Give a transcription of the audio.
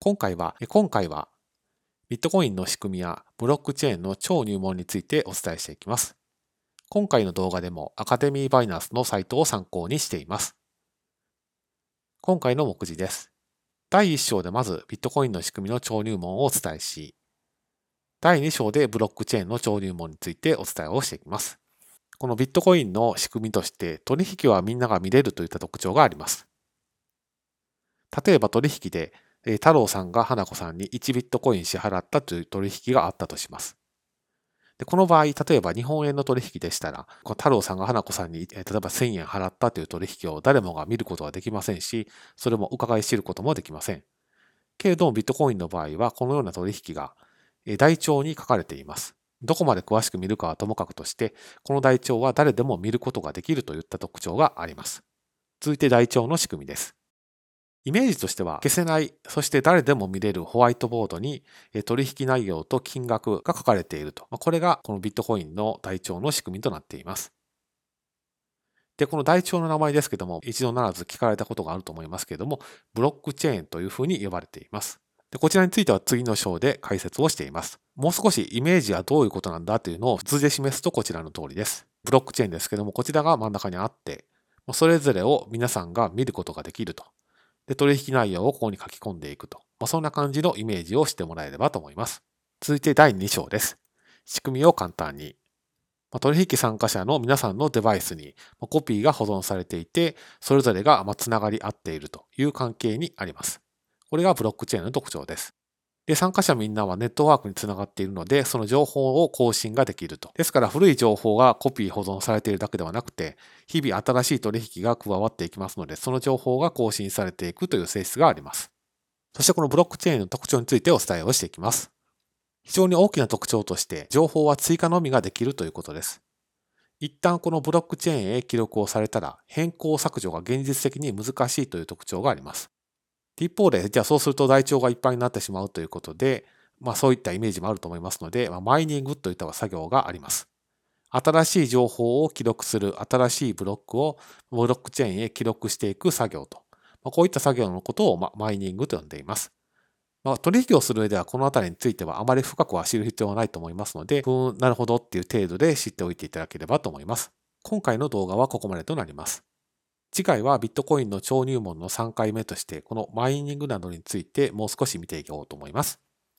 今回はビットコインの仕組みやブロックチェーンの超入門についてお伝えしていきます。今回の動画でもアカデミーバイナンスのサイトを参考にしています。今回の目次です。第1章でまずビットコインの仕組みの超入門をお伝えし、第2章でブロックチェーンの超入門についてお伝えをしていきます。このビットコインの仕組みとして取引はみんなが見れるといった特徴があります。例えば取引で太郎さんが花子さんに1ビットコイン支払ったという取引があったとします。でこの場合、例えば日本円の取引でしたら、太郎さんが花子さんに例えば1000円払ったという取引を誰もが見ることはできませんし、それも伺い知ることもできません。けれどもビットコインの場合は、このような取引が台帳に書かれています。どこまで詳しく見るかはともかくとして、この台帳は誰でも見ることができるといった特徴があります。続いて台帳の仕組みです。イメージとしては消せない、そして誰でも見れるホワイトボードに取引内容と金額が書かれていると。これがこのビットコインの台帳の仕組みとなっています。で、この台帳の名前ですけども、一度ならず聞かれたことがあると思いますけれども、ブロックチェーンというふうに呼ばれています。で、こちらについては次の章で解説をしています。もう少しイメージはどういうことなんだというのを図で示すとこちらの通りです。ブロックチェーンですけども、こちらが真ん中にあって、それぞれを皆さんが見ることができると。で、取引内容をここに書き込んでいくと。そんな感じのイメージをしてもらえればと思います。続いて第2章です。仕組みを簡単に。取引参加者の皆さんのデバイスにコピーが保存されていて、それぞれがつながり合っているという関係にあります。これがブロックチェーンの特徴です。で、参加者みんなはネットワークにつながっているので、その情報を更新ができると。ですから古い情報がコピー保存されているだけではなくて、日々新しい取引が加わっていきますので、その情報が更新されていくという性質があります。そしてこのブロックチェーンの特徴についてお伝えをしていきます。非常に大きな特徴として、情報は追加のみができるということです。一旦このブロックチェーンへ記録をされたら、変更削除が現実的に難しいという特徴があります。一方で、じゃあそうすると台帳がいっぱいになってしまうということで、そういったイメージもあると思いますので、マイニングといった作業があります。新しい情報を記録する新しいブロックをブロックチェーンへ記録していく作業と、こういった作業のことをマイニングと呼んでいます。取引をする上ではこのあたりについてはあまり深くは知る必要はないと思いますので、なるほどっていう程度で知っておいていただければと思います。今回の動画はここまでとなります。次回はビットコインの超入門の3回目として、このマイニングなどについてもう少し見ていこうと思います。